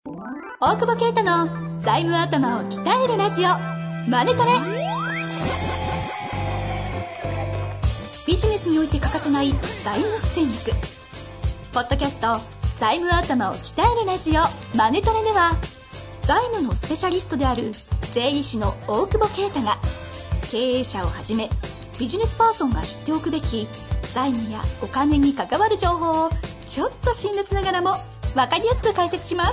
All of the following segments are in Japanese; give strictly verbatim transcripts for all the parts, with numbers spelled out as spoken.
大久保啓太の財務頭を鍛えるラジオマネトレ。ビジネスにおいて欠かせない財務戦略。ポッドキャスト財務頭を鍛えるラジオマネトレでは、財務のスペシャリストである税理士の大久保啓太が、経営者をはじめビジネスパーソンが知っておくべき財務やお金に関わる情報をちょっと辛辣ながらも分かりやすく解説します。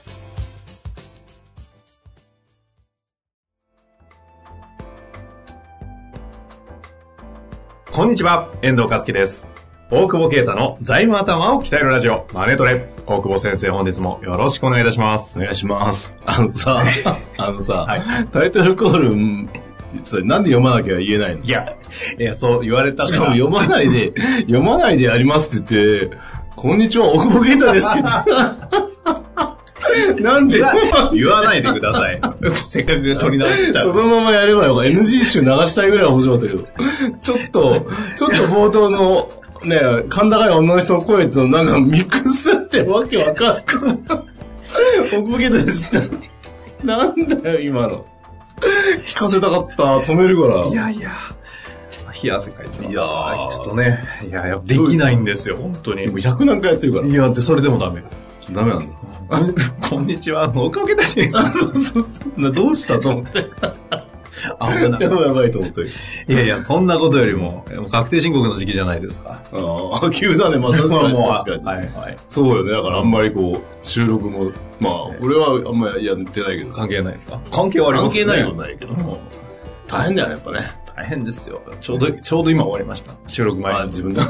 こんにちは、遠藤和樹です。大久保啓太の財務頭を鍛えるラジオマネトレ。大久保先生、本日もよろしくお願いいたします。 お願いします。あのさ、あのさ、 はい、 タイトルコール、それなんで読まなきゃ言えないの？ いや、いや、そう言われたから。 しかも読まないで、読まないでやりますって言って、こんにちは、大久保啓太ですって言ってた。なんで言わないでください。せっかく取り直した。 そのままやればよかった。エヌジー 集流したいぐらい面白かったけど。ちょっと、ちょっと冒頭の、ねえ、甲高い女の人の声となんかミックスってわけわかんない。大久保啓太ですって。なんだよ、今の。聞かせたかった。止めるから。 いやいや。冷や汗かいて。 いやー。 ちょっとね。いや、やっぱできないんですよ、本当に。 でもひゃく何回やってるから。 いや、ってそれでもダメ。 ダメなんだ。 こんにちは、大久保啓太です。 そうそうそう。どうしたと思って。 あ、やばいやばいと思って。 いやいや、そんなことよりも、確定申告の時期じゃないですか。 ああ、急だね、まあ確かに。確かに。 はいはい。 そうよね。だからあんまりこう、収録も、まあ、俺はあんまりやってないけど。 関係ないですか？関係はありますね。 関係ないことないけどさ。大変だよね、やっぱね。 大変ですよ。ちょうど、ちょうど今終わりました。収録前に。 あ、自分で。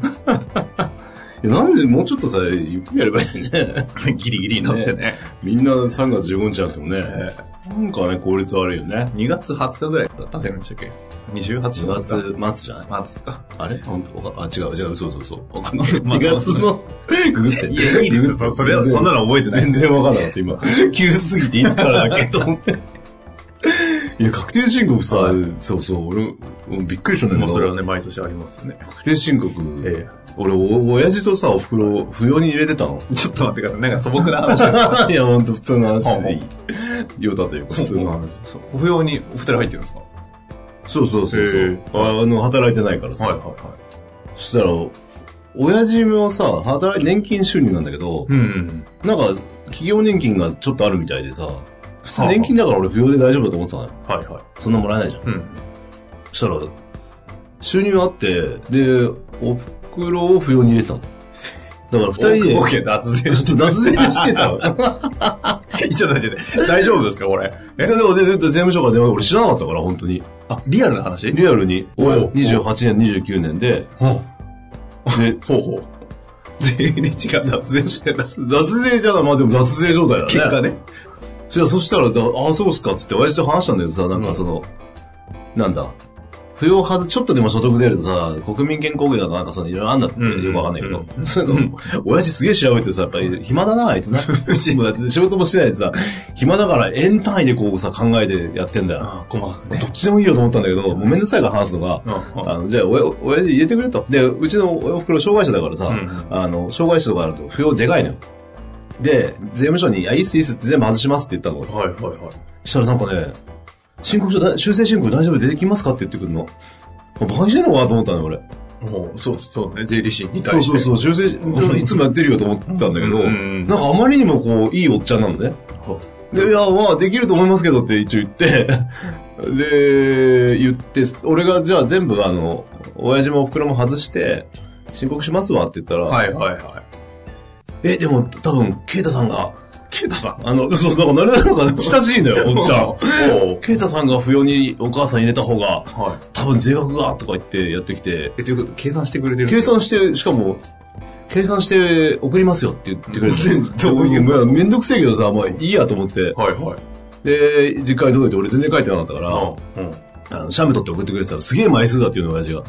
なんでもうちょっとさ、ゆっくりやればいいね。 ギリギリになってね。 ねみんなさんがつじゅうごにちあってもね、えー、なんかね、効率悪いよね。 にがつはつかぐらいだったせるんでしたっけ ?にじゅうはちにがつ末じゃない末ですか。 あれ本当あ、違う違う、そうそうそう。わかんない。にがつの、ググって。 いや、いいですよ。それは、そんなの覚えてない。 全然わかんなかった、今。急すぎていつからだっけと思って。いや、確定申告さ、そうそう、俺、びっくりしたんだけど。 もうそれはね、毎年ありますよね。 確定申告、 ええ俺、お、親父とさ、お袋、不要に入れてたの。 ちょっと待ってください。なんか素朴な話ですいや、ほんと普通の話でいい。よたというか、普通の話。 そう。不要にお二人入ってるんですか？ そうそうそうそう。あの、働いてないからさ。 はいはいはい。 そしたら、親父もさ、働い、年金収入なんだけど、 うんうん、 なんか、企業年金がちょっとあるみたいでさ、普通年金だから俺不要で大丈夫だと思ってたのよ。 はいはい。 そんなもらえないじゃん。 うん。 そしたら、収入あって、で、お袋を不要に入れてたの。だから二人で。 オーケー、脱税して脱税してたの。 ちょっと待って、大丈夫ですかこれ。 え、でも税務署から電話俺知らなかったから、本当に。 あ、リアルな話？ リアルに。おにじゅうはちねん、にじゅうきゅうねんで。 ほう。で、 ほうほう。税理士が脱税してた。 脱税じゃない、まあでも脱税状態だね。 結果ね。 じゃあそしたら、ああ、そうっすかっつって親父と話したんだけどさ、なんかその、うん、なんだ。扶養はず、ちょっとでも所得出るとさ、国民健康保険だとなんかそのいろいろあんだって、よくわかんないけど。うん、そういうの、親父すげえ調べてさ、やっぱり暇だな、あいつな。仕事もしてないでさ、暇だから円単位でこうさ、考えてやってんだよ。 ああ、細かくね。 どっちでもいいよと思ったんだけど、もうめんどくさいから話すのが、うん、あの、じゃあ、親、親父入れてくれと。で、うちのお袋障害者だからさ、うん、あの、障害者とかあると扶養でかいのよ。で、税務署に、いや、いいっすいいっすって全部外しますって言ったの。 はいはいはい。 したらなんかね、申告書だ、修正申告大丈夫で出てきますかって言ってくるの。バカにしてんのかなと思ったのよ、俺。 そうそうね、税理士に対して。 そうそうそう、修正、いつもやってるよと思ってたんだけど、うんうん、なんかあまりにもこう、いいおっちゃんなのね。で、いや、まあ、できると思いますけどって一応言って、で、言って、俺がじゃあ全部あの、親父もお袋も外して、申告しますわって言ったら、 はいはいはい。 え、でも多分、ケイタさんが、 ケイタさんあの、そう、だから、なるなんか親しいんだよ、おっちゃん。ケイタさんが扶養にお母さん入れた方が、はい、多分税額が、とか言ってやってきて。 え、ということ、計算してくれてる？ 計算して、しかも、計算して送りますよって言ってくれて。どういう、めんどくせえけどさ、まあいいやと思って。 はいはい。 で、実家に届いて俺全然書いてなかったから、うん。あの、写メ取って送ってくれてたらすげえ枚数だっていうの親父が。うん。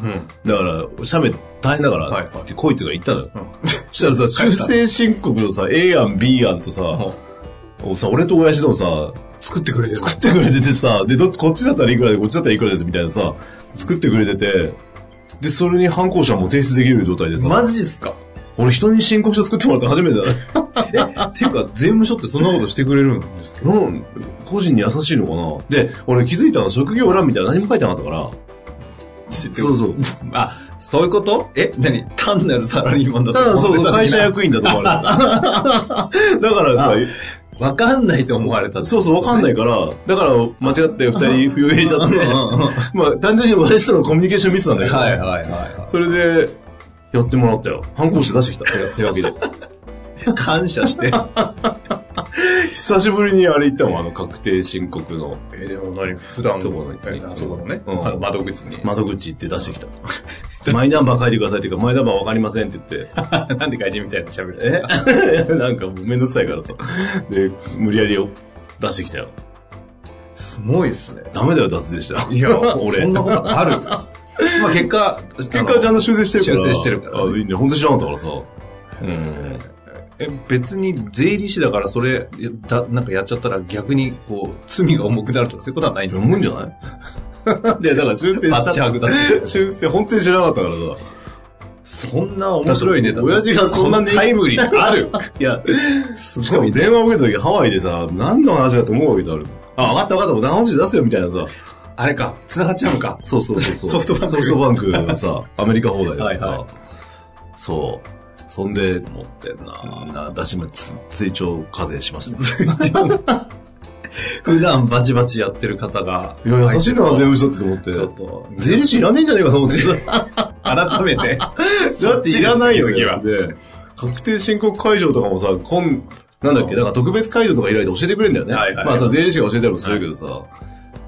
だから、写メ大変だから、はいはい、ってこいつが言ったのよ。うん。そしたらさ、修正申告のさ、A 案、B 案とさ、うん、さ、俺と親父のさ、 作ってくれてる。 作ってくれててさ、で、どっち、こっちだったらいくらで、こっちだったらいくらですみたいなさ、作ってくれてて、で、それに反抗者も提出できる状態でさ。 マジですか？ 俺人に申告書作ってもらった初めてだね。 え、っていうか、税務署ってそんなことしてくれるんですけど。 うん。個人に優しいのかな。で、俺気づいたのは職業欄みたいな何も書いてなかったから。そうそう。 あ、そういうことえ、何単なるサラリーマンだと思ってた。 そうそう、会社役員だと思われた。だからさ、 わかんないと思われた。 そうそう、わかんないから、だから間違って二人不要入れちゃって、まあ単純に私とのコミュニケーションミスなんだけど、 はいはいはい、はい。 それで、やってもらったよ。反抗して出してきた。手書きで。 感謝して。 久しぶりにあれ行ったもん、あの確定申告の。 えー、でも何普段そこの、 えー、そこのね、 うん、 あの窓口に。 窓口行って出してきた。マイナンバー書いてくださいっていうか、マイナンバーわかりませんって言って。 なんで外人みたいな喋るんですか？えなんかもうめんどくさいからさ。で、無理やりを出してきたよ。 すごいですね。 ダメだよ、脱税した。 いや、俺。そんなことあるまあ結果、 結果ちゃんと修正してるから。 修正してるから、 ね。あ、いいね。本当知らなかったからさ。うん。 え、別に税理士だからそれ、だ、なんかやっちゃったら逆にこう、罪が重くなるとかそういうことはないんですか？ 重いんじゃないで、だから修正した。 パッチワークだって。 修正、本当に知らなかったからさ。 そんな面白いネタ。 親父がそんなタイムリーあるいや、しかも電話を受けた時ハワイでさ、何の話だと思うわけじゃある。あ、分かった分かった、もう話して出すよみたいなさ。 あれか、繋がっちゃうのか。 そうそうそうそう。 ソフトバンク。 ソフトバンクのさ、アメリカ放題でさ、 はいはい、 そう。そんで、 持ってんなな出しま、追徴課税しました。 普段バチバチやってる方が。 いや、優しいな、税務署って思って。 ちょっと。 税理士いらねえんじゃねえかと思って。 改めて。 だっていらないよ、次は。で、確定申告解除とかもさ、こん、なんだっけ、なんか特別解除とか依頼で教えてくれるんだよね。はいはいはい、まあさ、税理士が教えたりもするけどさ、はい、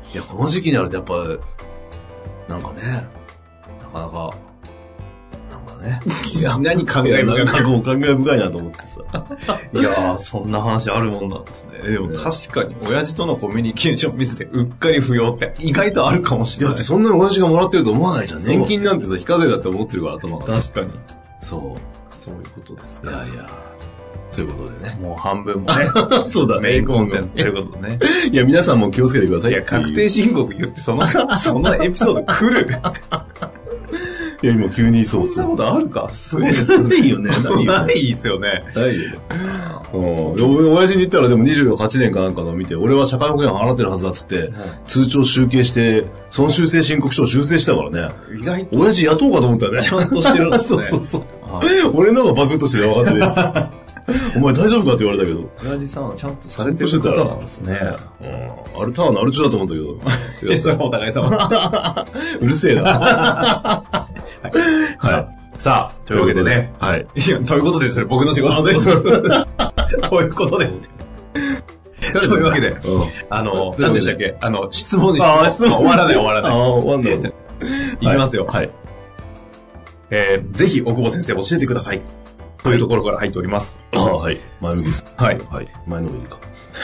いや、この時期になるとやっぱ、なんかね、なかなか、なんかね。 いや、何考え深い。 なんかこう考え深いなと思ってさ。 いやー、そんな話あるもんなんですね。でも確かに、親父とのコミュニケーション見せてうっかり不要って意外とあるかもしれない。 いや、だってそんなに親父がもらってると思わないじゃん。年金なんてさ、非課税だって思ってるから、頭が。 確かに。 そう。 そういうことですか。 いやいや。ということでね。 もう半分もね。 そうだね。 メインコンテンツということでね。 いや、皆さんも気をつけてください。 いや、確定申告言ってその、そのエピソード来る。 いや、今急にそうそう。 そんなことあるかすごいですね。 ないよね。 ないですよね。 ないよね。うん。親父に言ったらでもにじゅうはちねんかなんかのを見て、俺は社会保険払ってるはずだっつって、通帳集計して、その修正申告書を修正したからね。 意外と。 親父雇おうかと思ったよね。 ちゃんとしてるんですね。 そうそうそう。俺の方がバクッとして分かってる。お前大丈夫かって言われたけど。 親父さんはちゃんとされてる方なんですね。 うん。あれタワーのアル中だと思ったけど。 え、それはお互い様。 うるせえな。 はい。はい。さあ、というわけでね。 はい。 いや、ということで、それ僕の仕事です。ということで。というわけで、あの、何でしたっけあの、質問です。 あ、質問。 終わらない終わらない。 あ、終わんない。 いきますよ。 はい。 えー、ぜひ、大久保先生教えてください。というところから入っております。 ああ、はい。前向きです。 はい。 はい。前のめりか。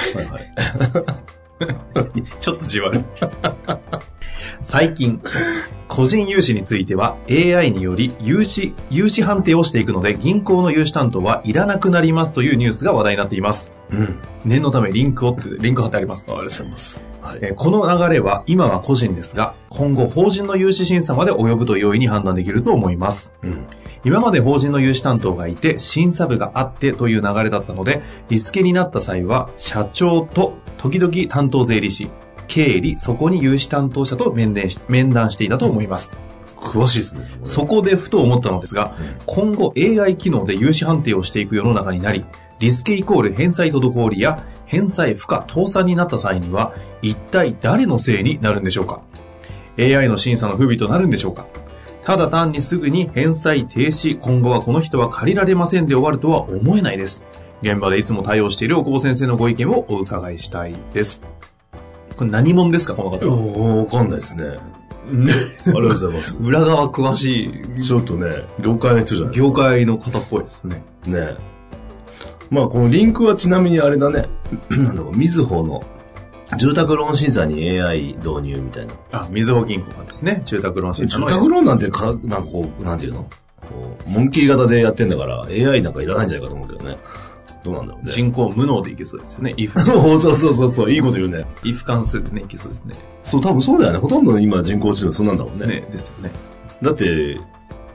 はいはい。 ちょっとじわる。最近、個人融資については エーアイ により融資、融資判定をしていくので銀行の融資担当はいらなくなりますというニュースが話題になっています。 うん。 念のためリンクを、リンク貼ってあります。 ありがとうございます。 はい、えー、この流れは今は個人ですが、今後法人の融資審査まで及ぶと容易に判断できると思います。 うん。 今まで法人の融資担当がいて審査部があってという流れだったので、リスケになった際は社長と時々担当税理士、経理、そこに融資担当者と面談し、面談していたと思います。 詳しいですね。 そこでふと思ったのですが、うん、今後 エーアイ 機能で融資判定をしていく世の中になり、リスケイコール返済滞りや返済不可倒産になった際には一体誰のせいになるんでしょうか。 エーアイ の審査の不備となるんでしょうか。ただ単にすぐに返済停止、今後はこの人は借りられませんで終わるとは思えないです。現場でいつも対応している大久保先生のご意見をお伺いしたいです。これ何者ですか、この方は。 おー、わかんないですね。ありがとうございます。 裏側詳しい。 ちょっとね、業界の人じゃないですか。 業界の方っぽいですね。 ね。まあ、このリンクはちなみにあれだね。なんだろう、みずほの住宅ローン審査に エーアイ 導入みたいな。 あ、みずほ銀行がですね、住宅ローン審査の。 住宅ローンなんてか、なんかこう、なんていうのこう、紋切り型でやってんだから、エーアイ なんかいらないんじゃないかと思うけどね。どうなんだろうね。 人口無能でいけそうですよね。if そうそうそうそう、いいこと言うね。 if 関数でね、いけそうですね。 そう、多分そうだよね。ほとんどの今人工知能そんなんだもんね。 ね、ですよね。 だって、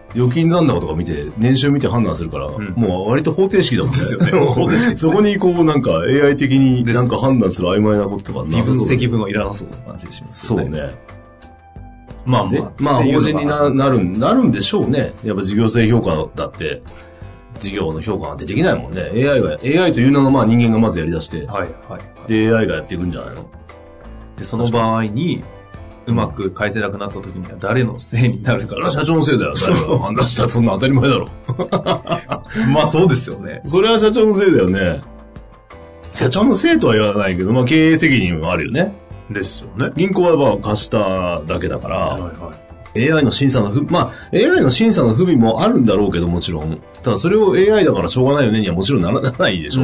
預金残高とか見て、年収見て判断するから、うん、もう割と方程式だもんですよね。方程式。そこにこうなんか エーアイ 的になんか判断する曖昧なこととかなさそう。微分積分はいらなそうな感じでします、 そうね。 まあまあ。 まあ、法人にな、なる、なるんでしょうね。やっぱ事業性評価だって、事業の評価なんてできないもんね。エーアイ が、エーアイ というのがまあ人間がまずやり出して、はいはい、はい。で、エーアイ がやっていくんじゃないの？ で、その場合に、うまく返せなくなった時には誰のせいになるから。 社長のせいだよ。誰が判断したらそんな当たり前だろ。 まあそうですよね。 それは社長のせいだよね。社長のせいとは言わないけど、まあ経営責任はあるよね。 ですよね。 銀行はまあ貸しただけだから、はいはい、エーアイ の審査の不、まあ エーアイ の審査の不備もあるんだろうけどもちろん。ただそれを エーアイ だからしょうがないよねにはもちろんならないでしょ。うん、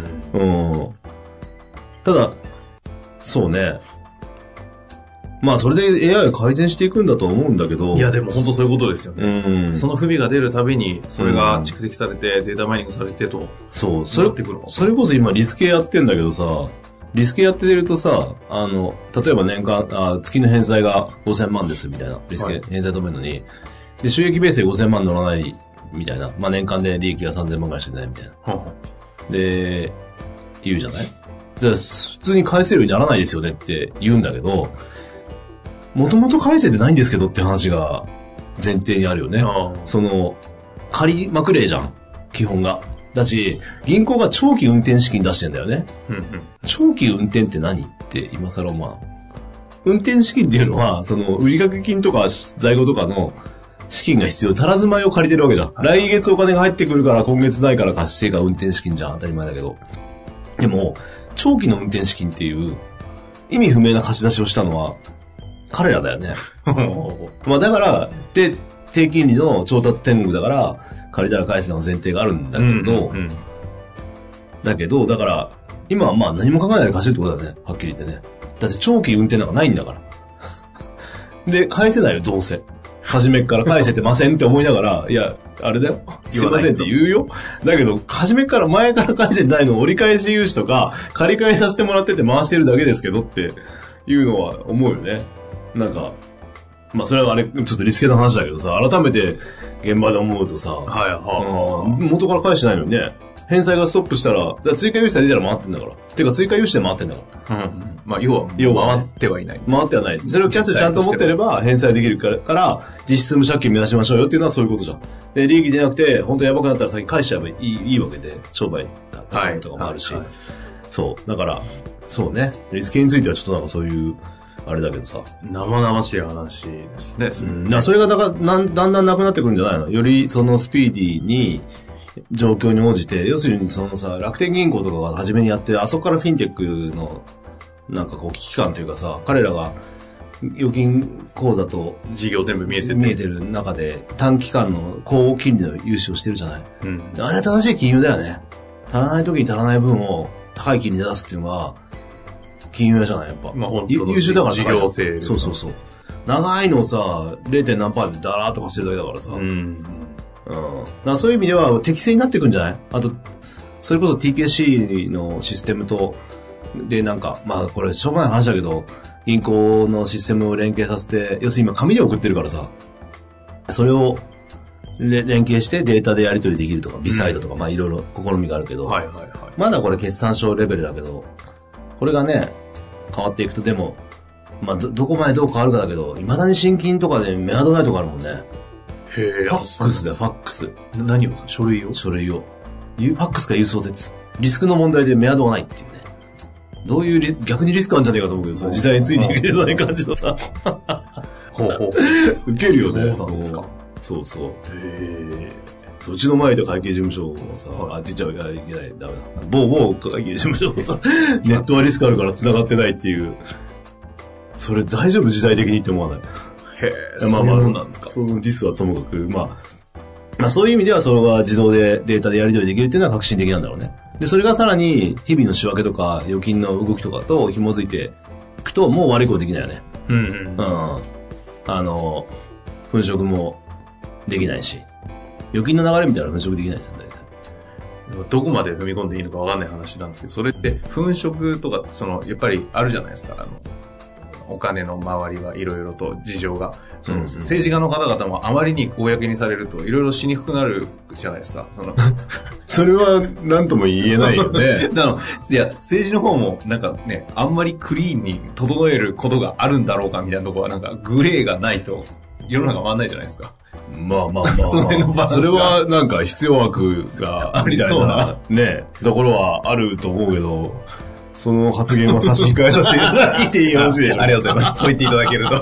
うん。ただ、そうね。まあそれで エーアイ が改善していくんだと思うんだけど。 いやでも本当そういうことですよね。うん、その不備が出るたびにそれが蓄積されて、うん、データマイニングされてと。 そう。それってくるそれこそ今リスケやってんだけどさ、リスケやってるとさ、あの、例えば年間、あ月の返済がごせんまんですみたいな。リスケ、はい、返済止めるのに。で、収益ベースでごせんまん乗らないみたいな。まあ年間で利益がさんぜんまんぐらいしてないみたいな。はあ、で、言うじゃない？じゃあ普通に返せるようにならないですよねって言うんだけど、もともと返せてないんですけどって話が前提にあるよね。その、借りまくれじゃん。基本が。だし、銀行が長期運転資金出してんだよね。うんうん、長期運転って何って今更まあ。運転資金っていうのは、その、売掛金とか在庫とかの資金が必要。足らず米を借りてるわけじゃん。来月お金が入ってくるから今月ないから貸してが運転資金じゃん。当たり前だけど。でも、長期の運転資金っていう意味不明な貸し出しをしたのは、彼らだよね。まあだから、で、低金利の調達天国だから、借りたら返すの前提があるんだけど、うんうん、だけど、だから、今はまあ何も考えないで貸してるってことだよね。はっきり言ってね。だって長期運転なんかないんだから。で、返せないよ、どうせ。初めっから返せてませんって思いながら、いや、あれだよ。すいませんって言うよ。だけど、初めから前から返せてないのを折り返し融資とか、借り換えさせてもらってて回してるだけですけどっていうのは思うよね。なんか、まあそれはあれ、ちょっとリスケの話だけどさ、改めて現場で思うとさ、はいはい、うん、元から返してないのにね、返済がストップしたら、だから追加融資が出たら回ってんだから。てか追加融資で回ってんだから。うん。まあ要は、要は回ってはいない。回ってはない。それをキャッシュちゃんと持ってれば返済できるから、から実質無借金目指しましょうよっていうのはそういうことじゃん。で、利益出なくて、本当やばくなったら先返しちゃえばいい、いいわけで、商売だったりとかもあるし、はいはいはい。そう。だから、そうね。リスケについてはちょっとなんかそういう、あれだけどさ。 生々しい話ですね。 うん。だそれがだからだんだんなくなってくるんじゃないの？よりそのスピーディーに、状況に応じて、要するにそのさ、楽天銀行とかが初めにやって、あそこからフィンテックの、なんかこう危機感というかさ、彼らが預金口座と事業全部見えてて見えてる中で、短期間の高金利の融資をしてるじゃない。うん。あれは正しい金融だよね。足らない時に足らない分を高い金利で出すっていうのは、金融屋じゃない、やっぱ。まあ本当に。優秀だから事業性。 そうそうそう。長いのをさ、ゼロ. 何パーでダラーっと貸してるだけだからさ。うん。うん。だからそういう意味では適正になっていくんじゃない？あと、それこそ ティーケーシー のシステムと、でなんか、まあこれしょうがない話だけど、銀行のシステムを連携させて、要するに今紙で送ってるからさ、それを連携してデータでやり取りできるとか、ビサイドとか、うん、まあいろいろ試みがあるけど、はいはいはい、まだこれ決算書レベルだけど、これがね、変わっていくとでも、まあ ど, どこまでどう変わるかだけど、未だに新金とかでメアドないとかあるもんね。 へえ。 ファックスだよ、ファックス。 何を？書類を？ 書類を。ファックスか郵送でリスクの問題でメアドがないっていうね。どういうリ逆にリスクあるんじゃねえかと思うけど、その時代についていけれない感じのさ。ほうほう。受けるよね。 そうなんですか。 そうそう。へえ。そう、うちの前で会計事務所をさ、あ、ちっちゃい、いけない、ダメだ。某某会計事務所をさ、ネットはリスクあるから繋がってないっていう。それ大丈夫時代的にって思わない。 へえ。まあまあ、そうなんですか。 そのディスはともかく、まあ、まあそういう意味ではそれが自動でデータでやり取りできるっていうのは革新的なんだろうね。で、それがさらに日々の仕分けとか預金の動きとかと紐づいていくともう悪いことできないよね。うん、うん。うん。あの、粉飾もできないし。預金の流れみたいな粉飾できないじゃん、大体。どこまで踏み込んでいいのかわかんない話なんですけど、それって粉飾とか、その、やっぱりあるじゃないですか、あの、 お金の周りはいろいろと事情が、その政治家の方々もあまりに公にされるといろいろしにくくなるじゃないですか。そのそれは何とも言えないよね。 だからいや政治の方もなんかね、あんまりクリーンに整えることがあるんだろうかみたいなところはなんかグレーがないと世の中回んないじゃないですか。 まあまあまあ、まあ、それはなんか必要悪がみたいなね、ところはあると思うけど、その発言は差し控えさせていただいてよろしいでしょうか。 ありがとうございます。そう言っていただけると。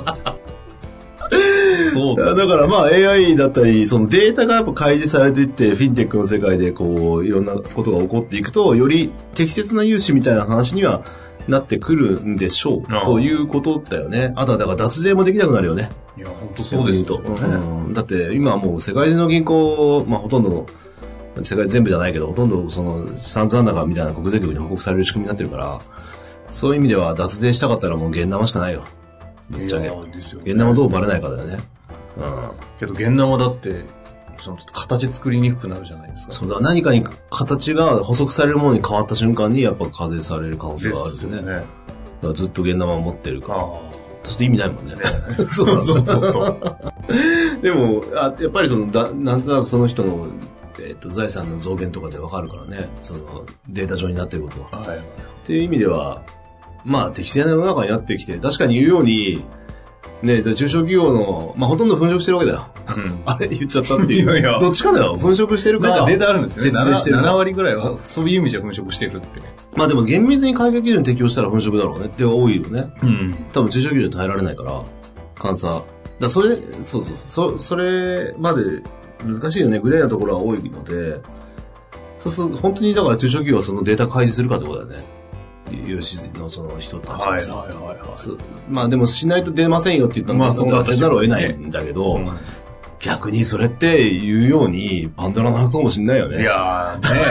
そうだ, だからまあ エーアイ だったり、そのデータがやっぱ開示されていって、フィンテックの世界でこう、いろんなことが起こっていくと、より適切な融資みたいな話にはなってくるんでしょう。ということだよね。あとはだから脱税もできなくなるよね。 いや、本当そうですよね。 うん、だって今はもう世界中の銀行、まあほとんどの、世界全部じゃないけど、ほとんどその資産残高みたいな国税局に報告される仕組みになってるから、そういう意味では脱税したかったらもう現生しかないよ。ぶっちゃけ。現生どうバレないかだよね。 うん。けど現生だって、その形作りにくくなるじゃないですか。 そうだ、何かに形が補足されるものに変わった瞬間にやっぱ課税される可能性があるんですね。ね。だからずっと現生を持ってるから。ちょっと意味ないもんね。 そうそうそうそう。 でもあ、やっぱりそのだ、なんとなくその人の、えっと、財産の増減とかでわかるからね。その、データ上になっていることは。はい。っていう意味では、まあ、適正な世の中になってきて、確かに言うように、ね、中小企業の、まあ、ほとんど粉飾してるわけだよ。うん、あれ言っちゃったっていう。いやいやどっちかだよ。粉飾してるか。 なんかデータあるんですよね。 節制してるか。 ななわりぐらいは、そういう意味じゃ粉飾してるって。 まあでも厳密に会計基準適用したら粉飾だろうねって多いよね。 うん。 多分中小企業じゃ耐えられないから、監査。だそれ、そうそうそう。そ、それまで難しいよね。グレーなところは多いので、そうすると本当にだから中小企業はそのデータ開示するかってことだよね。融資のその人たちがさ、はいはいはいはい、まあでもしないと出ませんよって言ったら、まあそうなせざるを得ないんだけど、うん、逆にそれって言うようにパンドラの箱かもしんないよね。 いや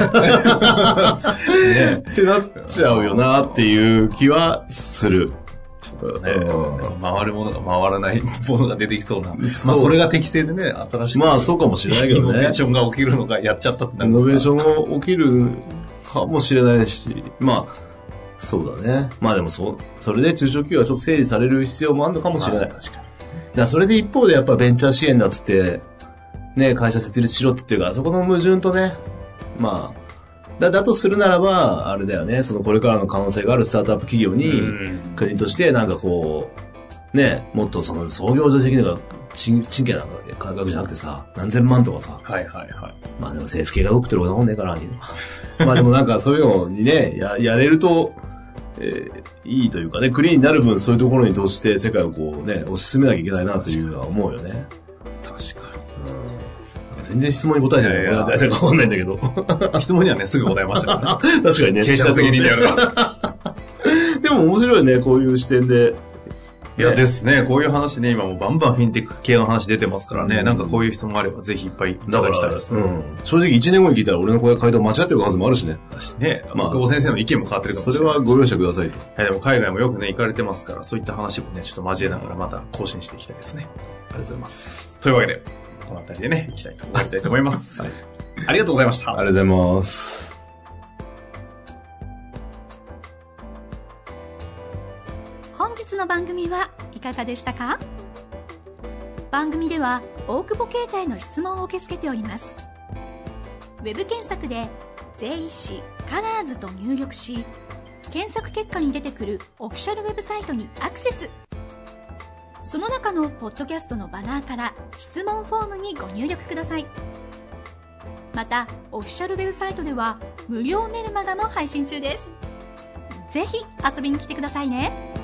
ーね。ねってなっちゃうよなっていう気はする。 ちょっとね、うん、回るものが回らないものが出てきそうな。まあそれが適正でね、新しく。 まあそうかもしれないけどね。イノベーションが起きるのかやっちゃったってなる。 イノベーションが起きるかもしれないし、まあ、そうだね。まあでもそう、それで中小企業はちょっと整理される必要もあるのかもしれない。確かに。だからそれで一方でやっぱベンチャー支援だっつって、ね、会社設立しろって言ってるから、そこの矛盾とね、まあ、だ、だとするならば、あれだよね、そのこれからの可能性があるスタートアップ企業に、国としてなんかこう、ね、もっとその創業助成金とか、賃金なんか価格じゃなくてさ、何千万とかさ。 はいはいはい。 まあでも政府系が動くってることだもんねえから、まあでもなんかそういうのにね、や、やれると、えー、いいというかね、クリーンになる分そういうところに通して世界をこうね、推し進めなきゃいけないなというのは思うよね。 確かに。うん、全然質問に答えてないから、大体わかんないんだけど。 質問にはね、すぐ答えましたからね。 確かにね。 経営者責任でやるでも面白いね、こういう視点で。 いやですね、こういう話ね、今もバンバンフィンテック系の話出てますからね、うん、なんかこういう質問あればぜひいっぱいいただきたいですね。うん、 正直いちねんごに聞いたら俺のこういう回答間違ってる数もあるしね。 私ね、まあ、久保先生の意見も変わってるかもしれない。 それはご容赦くださいと。 はい、でも海外もよくね、行かれてますから、そういった話もね、ちょっと交えながらまた更新していきたいですね。ありがとうございます。というわけで、このあたりでね、行きたいと思いたいと思います。はい、ありがとうございました。 ありがとうございます。 本日の番組はいかがでしたか？番組では大久保携帯の質問を受け付けております。ウェブ検索で税理士カラーズと入力し、検索結果に出てくるオフィシャルウェブサイトにアクセス。その中のポッドキャストのバナーから質問フォームにご入力ください。またオフィシャルウェブサイトでは無料メルマガも配信中です。ぜひ遊びに来てくださいね。